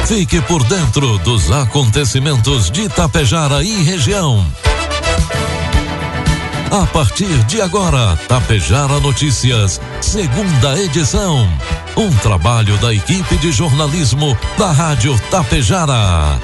Fique por dentro dos acontecimentos de Tapejara e região. A partir de agora, Tapejara Notícias, segunda edição. Um trabalho da equipe de jornalismo da Rádio Tapejara.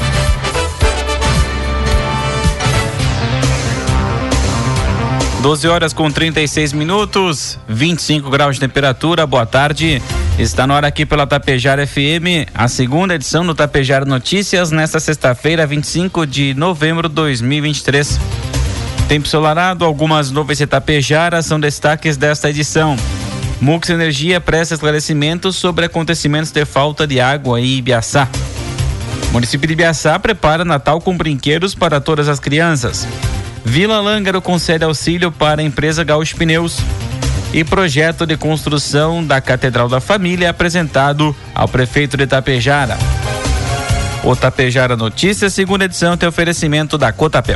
Doze horas com 36 minutos, 25 graus de temperatura. Boa tarde. Está no ar aqui pela Tapejara FM, a segunda edição do Tapejara Notícias, nesta sexta-feira, 25 de novembro de 2023. Tempo ensolarado, algumas nuvens em Tapejara são destaques desta edição. Mux Energia presta esclarecimentos sobre acontecimentos de falta de água em Ibiaçá. O município de Ibiaçá prepara Natal com brinquedos para todas as crianças. Vila Lângaro concede auxílio para a empresa Gaúcho Pneus. E projeto de construção da Catedral da Família é apresentado ao prefeito de Tapejara. O Tapejara Notícias, segunda edição, tem oferecimento da Cotapel.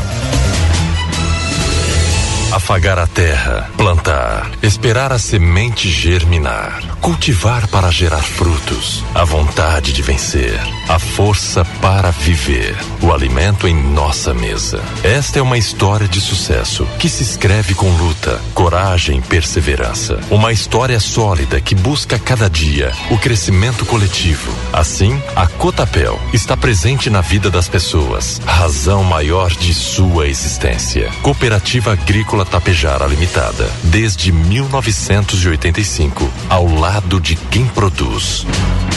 Afagar a terra, plantar, esperar a semente germinar, cultivar para gerar frutos, a vontade de vencer, a força para viver, o alimento em nossa mesa. Esta é uma história de sucesso que se escreve com luta, coragem e perseverança. Uma história sólida que busca cada dia o crescimento coletivo. Assim, a Cotapel está presente na vida das pessoas, razão maior de sua existência. Cooperativa Agrícola Tapejara Limitada, desde 1985, ao lado de quem produz.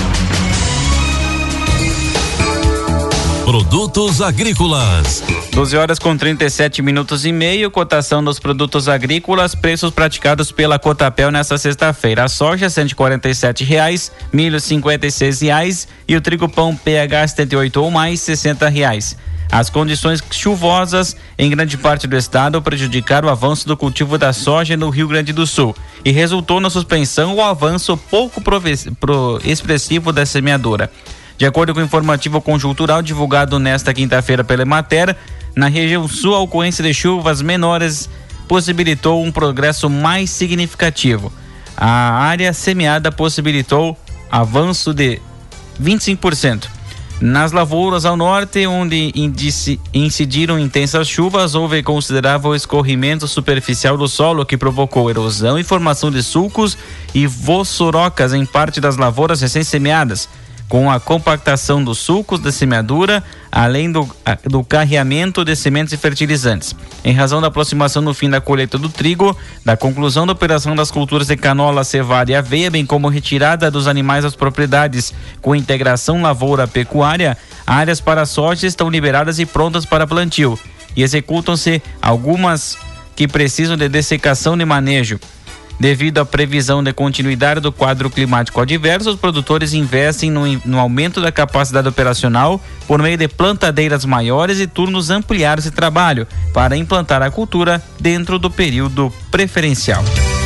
Produtos agrícolas. 12 horas com 37 minutos e meio, cotação dos produtos agrícolas, preços praticados pela Cotapel nesta sexta-feira. A soja R$147, milho R$56 e o trigo pão PH 78 ou mais R$60. As condições chuvosas em grande parte do estado prejudicaram o avanço do cultivo da soja no Rio Grande do Sul e resultou na suspensão ou avanço pouco expressivo da semeadura. De acordo com o informativo conjuntural divulgado nesta quinta-feira pela Emater, na região sul a ocorrência de chuvas menores possibilitou um progresso mais significativo. A área semeada possibilitou avanço de 25%. Nas lavouras ao norte, onde incidiram intensas chuvas, houve considerável escorrimento superficial do solo que provocou erosão e formação de sulcos e vossorocas em parte das lavouras recém-semeadas, com a compactação dos sulcos da semeadura, além do carreamento de sementes e fertilizantes. Em razão da aproximação no fim da colheita do trigo, da conclusão da operação das culturas de canola, cevada e aveia, bem como retirada dos animais das propriedades com integração lavoura-pecuária, áreas para soja estão liberadas e prontas para plantio, e executam-se algumas que precisam de dessecação de manejo. Devido à previsão de continuidade do quadro climático adverso, os produtores investem no aumento da capacidade operacional por meio de plantadeiras maiores e turnos ampliados de trabalho para implantar a cultura dentro do período preferencial.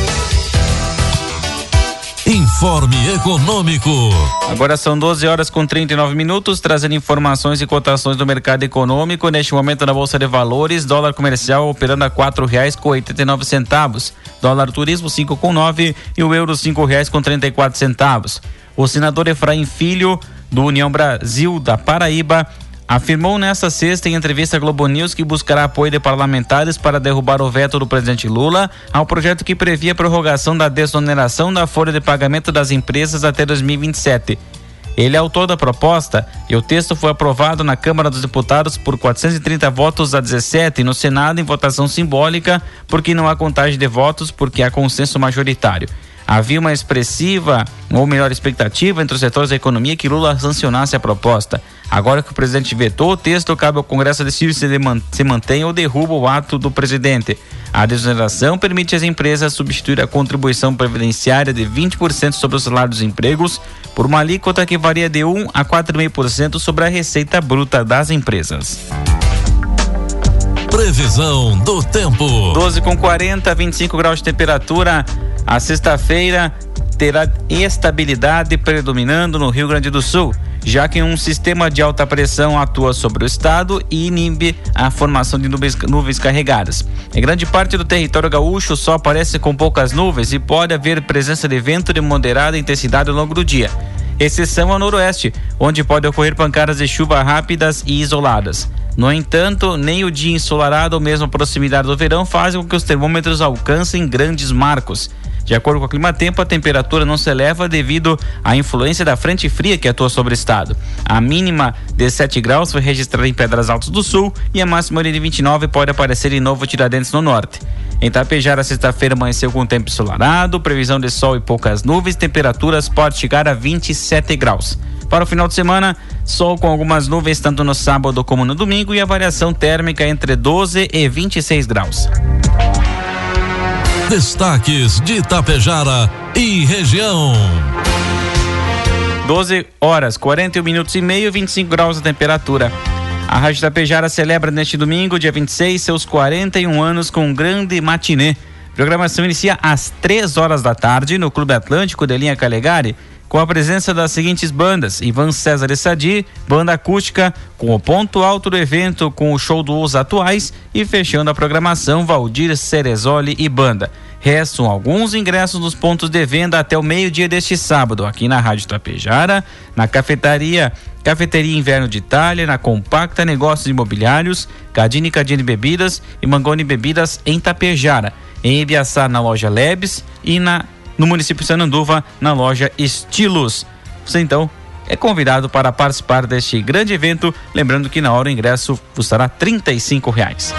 Informe Econômico. Agora são 12 horas com 39 minutos, trazendo informações e cotações do mercado econômico. Neste momento na Bolsa de Valores, dólar comercial operando a R$4,89, dólar turismo 5,9 e o euro R$5,34. O senador Efraim Filho, do União Brasil da Paraíba, afirmou nesta sexta em entrevista à Globo News que buscará apoio de parlamentares para derrubar o veto do presidente Lula ao projeto que previa a prorrogação da desoneração da folha de pagamento das empresas até 2027. Ele é autor da proposta e o texto foi aprovado na Câmara dos Deputados por 430 votos a 17 e no Senado em votação simbólica, porque não há contagem de votos, porque há consenso majoritário. Havia uma expressiva, ou melhor, expectativa entre os setores da economia que Lula sancionasse a proposta. Agora que o presidente vetou o texto, cabe ao Congresso decidir se mantém ou derruba o ato do presidente. A desoneração permite às empresas substituir a contribuição previdenciária de 20% sobre os salários dos empregos por uma alíquota que varia de 1 a 4,5% sobre a receita bruta das empresas. Previsão do tempo. 12,40, 25 graus de temperatura. A sexta-feira terá estabilidade predominando no Rio Grande do Sul, já que um sistema de alta pressão atua sobre o estado e inibe a formação de nuvens carregadas. Em grande parte do território gaúcho, o sol aparece com poucas nuvens e pode haver presença de vento de moderada intensidade ao longo do dia. exceção ao noroeste, onde pode ocorrer pancadas de chuva rápidas e isoladas. No entanto, nem o dia ensolarado ou mesmo a proximidade do verão fazem com que os termômetros alcancem grandes marcos. De acordo com o Climatempo, a temperatura não se eleva devido à influência da frente fria que atua sobre o estado. A mínima de 7 graus foi registrada em Pedras Altas do Sul e a máxima de 29 pode aparecer em Novo Tiradentes, no norte. Em Tapejara, sexta-feira amanheceu com tempo ensolarado, previsão de sol e poucas nuvens, temperaturas podem chegar a 27 graus. Para o final de semana, sol com algumas nuvens tanto no sábado como no domingo e a variação térmica entre 12 e 26 graus. Destaques de Tapejara e região. 12 horas, 41 minutos e meio, 25 graus a temperatura. A Rádio Tapejara celebra neste domingo, dia 26, seus 41 anos com um grande matinê. A programação inicia às 3 horas da tarde no Clube Atlântico de Linha Calegari, com a presença das seguintes bandas: Ivan César e Sadi, banda acústica, com o ponto alto do evento com o show dos atuais e fechando a programação Valdir Cerezoli e banda. Restam alguns ingressos nos pontos de venda até o meio-dia deste sábado, aqui na Rádio Tapejara, na Cafeteria Inverno de Itália, na Compacta Negócios Imobiliários, Cadine Bebidas e Mangoni Bebidas em Tapejara, em Ibiaçá na loja Lebes e no município de Sananduva, na loja Estilos. Você então é convidado para participar deste grande evento, lembrando que na hora o ingresso custará R$35.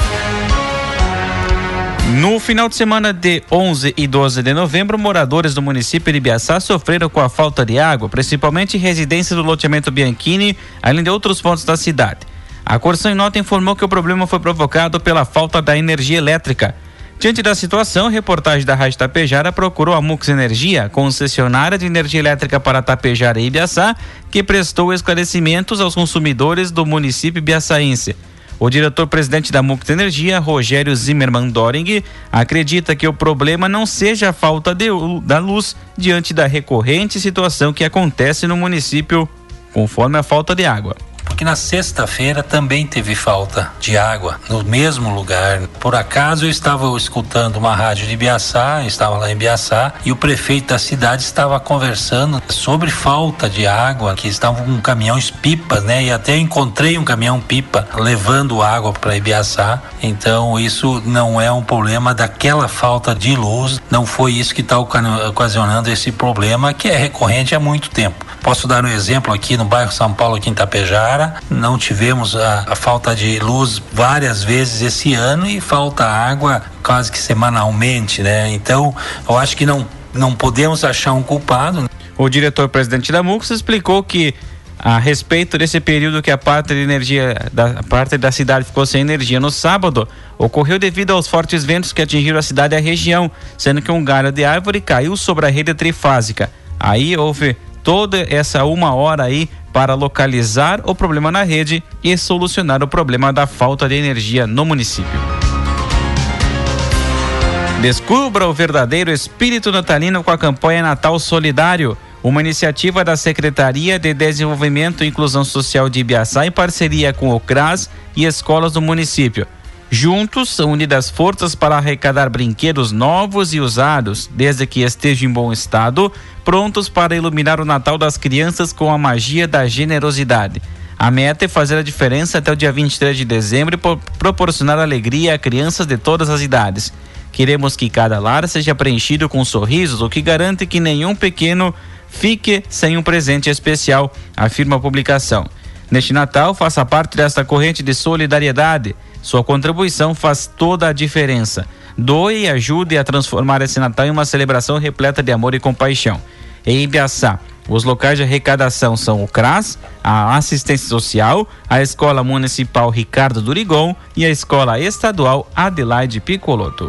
No final de semana de 11 e 12 de novembro, moradores do município de Ibiaçá sofreram com a falta de água, principalmente em residências do loteamento Bianchini, além de outros pontos da cidade. A Corção em Nota informou que o problema foi provocado pela falta da energia elétrica. Diante da situação, a reportagem da Rádio Tapejara procurou a Mux Energia, concessionária de energia elétrica para Tapejara e Ibiaçá, que prestou esclarecimentos aos consumidores do município ibiaçaense. O diretor-presidente da Mux Energia, Rogério Zimmermann Doring, acredita que o problema não seja a falta da luz diante da recorrente situação que acontece no município, conforme a falta de água. Porque na sexta-feira também teve falta de água no mesmo lugar. Por acaso eu estava escutando uma rádio de Ibiaçá, estava lá em Ibiaçá, e o prefeito da cidade estava conversando sobre falta de água, que estavam com caminhões pipas, né? E até encontrei um caminhão pipa levando água para Ibiaçá. Então isso não é um problema daquela falta de luz, não foi isso que está ocasionando esse problema, que é recorrente há muito tempo. Posso dar um exemplo aqui no bairro São Paulo, aqui em Tapejara. Não tivemos a falta de luz várias vezes esse ano e falta água quase que semanalmente, né? Então, eu acho que não podemos achar um culpado. O diretor-presidente da MUX explicou que, a respeito desse período que a parte da cidade ficou sem energia no sábado, ocorreu devido aos fortes ventos que atingiram a cidade e a região, sendo que um galho de árvore caiu sobre a rede trifásica. Aí houve toda essa 1 hora aí para localizar o problema na rede e solucionar o problema da falta de energia no município. Descubra o verdadeiro espírito natalino com a campanha Natal Solidário, uma iniciativa da Secretaria de Desenvolvimento e Inclusão Social de Ibiaçá em parceria com o CRAS e escolas do município. Juntos, são unidas forças para arrecadar brinquedos novos e usados, desde que estejam em bom estado, prontos para iluminar o Natal das crianças com a magia da generosidade. A meta é fazer a diferença até o dia 23 de dezembro e proporcionar alegria a crianças de todas as idades. Queremos que cada lar seja preenchido com sorrisos, o que garante que nenhum pequeno fique sem um presente especial, afirma a publicação. Neste Natal, faça parte desta corrente de solidariedade. Sua contribuição faz toda a diferença. Doe e ajude a transformar esse Natal em uma celebração repleta de amor e compaixão. Em Ibiaçá, os locais de arrecadação são o CRAS, a Assistência Social, a Escola Municipal Ricardo Durigon e a Escola Estadual Adelaide Piccolotto.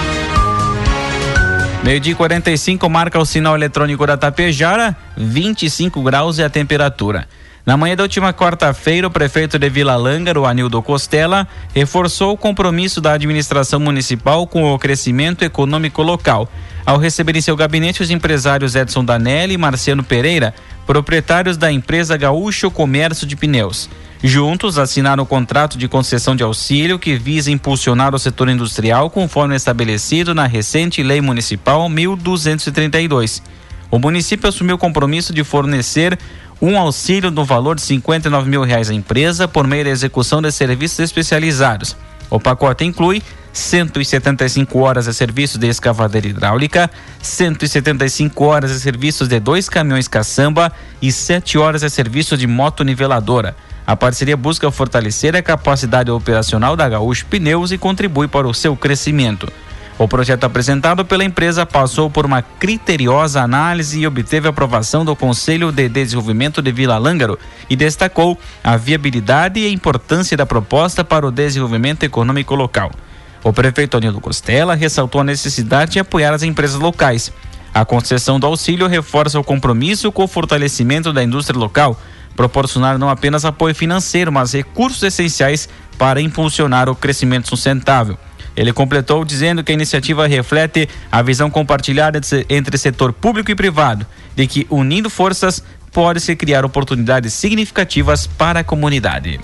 12h45 marca o sinal eletrônico da Tapejara, 25 graus é a temperatura. Na manhã da última quarta-feira, o prefeito de Vila Lângaro, Anildo Costela, reforçou o compromisso da administração municipal com o crescimento econômico local, ao receber em seu gabinete os empresários Edson Danelli e Marciano Pereira, proprietários da empresa Gaúcho Comércio de Pneus. Juntos, assinaram o contrato de concessão de auxílio que visa impulsionar o setor industrial conforme estabelecido na recente Lei Municipal 1232. O município assumiu o compromisso de fornecer um auxílio no valor de R$59 mil à empresa por meio da execução de serviços especializados. O pacote inclui 175 horas de serviço de escavadeira hidráulica, 175 horas de serviços de 2 caminhões caçamba e 7 horas de serviço de moto niveladora. A parceria busca fortalecer a capacidade operacional da Gaúcho Pneus e contribui para o seu crescimento. O projeto apresentado pela empresa passou por uma criteriosa análise e obteve aprovação do Conselho de Desenvolvimento de Vila Lângaro e destacou a viabilidade e a importância da proposta para o desenvolvimento econômico local. O prefeito Anildo Costela ressaltou a necessidade de apoiar as empresas locais. A concessão do auxílio reforça o compromisso com o fortalecimento da indústria local, proporcionar não apenas apoio financeiro, mas recursos essenciais para impulsionar o crescimento sustentável. Ele completou dizendo que a iniciativa reflete a visão compartilhada entre setor público e privado, de que, unindo forças, pode-se criar oportunidades significativas para a comunidade.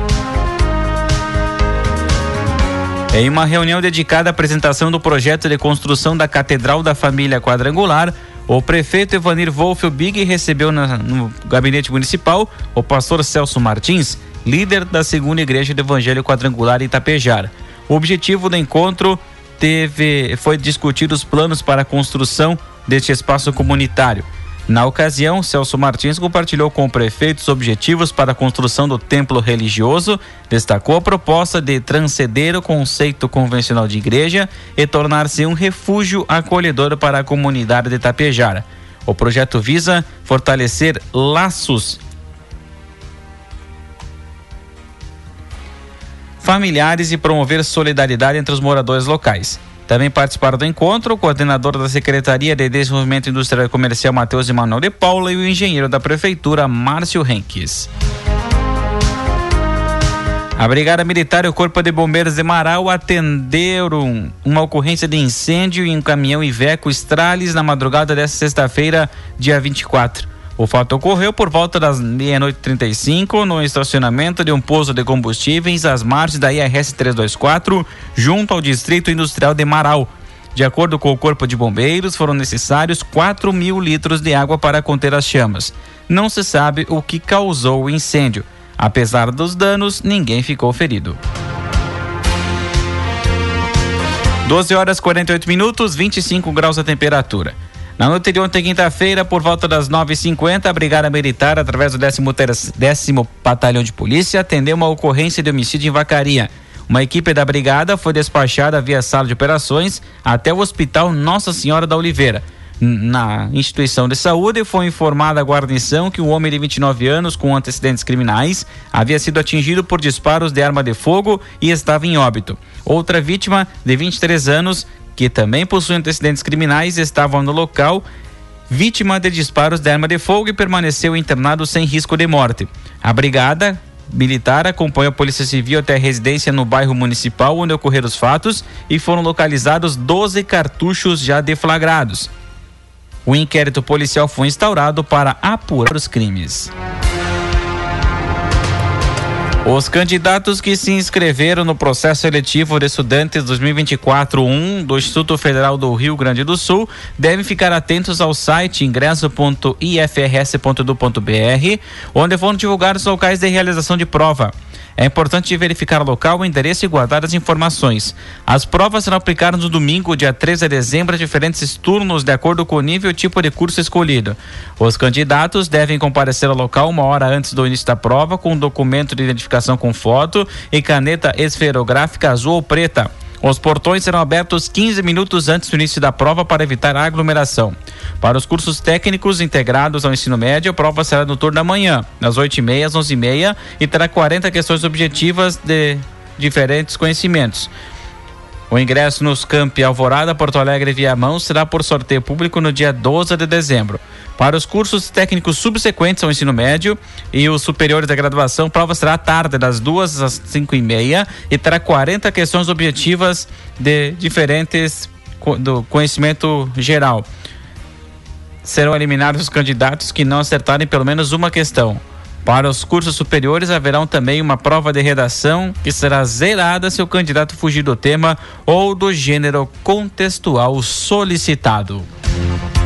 Em uma reunião dedicada à apresentação do projeto de construção da Catedral da Família Quadrangular, o prefeito Evanir Wolf-Big recebeu no gabinete municipal o pastor Celso Martins, líder da segunda igreja do Evangelho Quadrangular Itapejara. O objetivo do encontro foi discutir os planos para a construção deste espaço comunitário. Na ocasião, Celso Martins compartilhou com o prefeito os objetivos para a construção do templo religioso, destacou a proposta de transcender o conceito convencional de igreja e tornar-se um refúgio acolhedor para a comunidade de Itapejara. O projeto visa fortalecer laços familiares e promover solidariedade entre os moradores locais. Também participaram do encontro o coordenador da Secretaria de Desenvolvimento Industrial e Comercial, Matheus Emanuel de Paula, e o engenheiro da Prefeitura, Márcio Henques. A Brigada Militar e o Corpo de Bombeiros de Marau atenderam uma ocorrência de incêndio em um caminhão Iveco Stralis na madrugada desta sexta-feira, dia 24. O fato ocorreu por volta das 00:35 no estacionamento de um posto de combustíveis às margens da IRS 324, junto ao Distrito Industrial de Marau. De acordo com o Corpo de Bombeiros, foram necessários 4.000 litros de água para conter as chamas. Não se sabe o que causou o incêndio. Apesar dos danos, ninguém ficou ferido. 12h48, 25 graus a temperatura. Na noite de ontem, quinta-feira, por volta das 9h50, a Brigada Militar, através do 10º Batalhão de Polícia, atendeu uma ocorrência de homicídio em Vacaria. Uma equipe da Brigada foi despachada via sala de operações até o Hospital Nossa Senhora da Oliveira. Na instituição de saúde, foi informada a guarnição que um homem de 29 anos com antecedentes criminais havia sido atingido por disparos de arma de fogo e estava em óbito. Outra vítima, de 23 anos, que também possui antecedentes criminais, estava no local, vítima de disparos de arma de fogo, e permaneceu internado sem risco de morte. A Brigada Militar acompanhou a Polícia Civil até a residência no bairro Municipal, onde ocorreram os fatos, e foram localizados 12 cartuchos já deflagrados. O inquérito policial foi instaurado para apurar os crimes. Os candidatos que se inscreveram no processo seletivo de estudantes 2024-1 do Instituto Federal do Rio Grande do Sul devem ficar atentos ao site ingresso.ifrs.edu.br, onde vão divulgar os locais de realização de prova. É importante verificar o local, o endereço e guardar as informações. As provas serão aplicadas no domingo, dia 13 de dezembro, a diferentes turnos, de acordo com o nível e tipo de curso escolhido. Os candidatos devem comparecer ao local 1 hora antes do início da prova, com um documento de identificação com foto e caneta esferográfica azul ou preta. Os portões serão abertos 15 minutos antes do início da prova para evitar a aglomeração. Para os cursos técnicos integrados ao ensino médio, a prova será no turno da manhã, das 8h30 às 11h30, e terá 40 questões objetivas de diferentes conhecimentos. O ingresso nos campi Alvorada, Porto Alegre e Viamão será por sorteio público no dia 12 de dezembro. Para os cursos técnicos subsequentes ao ensino médio e os superiores da graduação, a prova será à tarde, das 2 às 5h30, e terá 40 questões objetivas de diferentes do conhecimento geral. Serão eliminados os candidatos que não acertarem pelo menos uma questão. Para os cursos superiores, haverá também uma prova de redação que será zerada se o candidato fugir do tema ou do gênero contextual solicitado.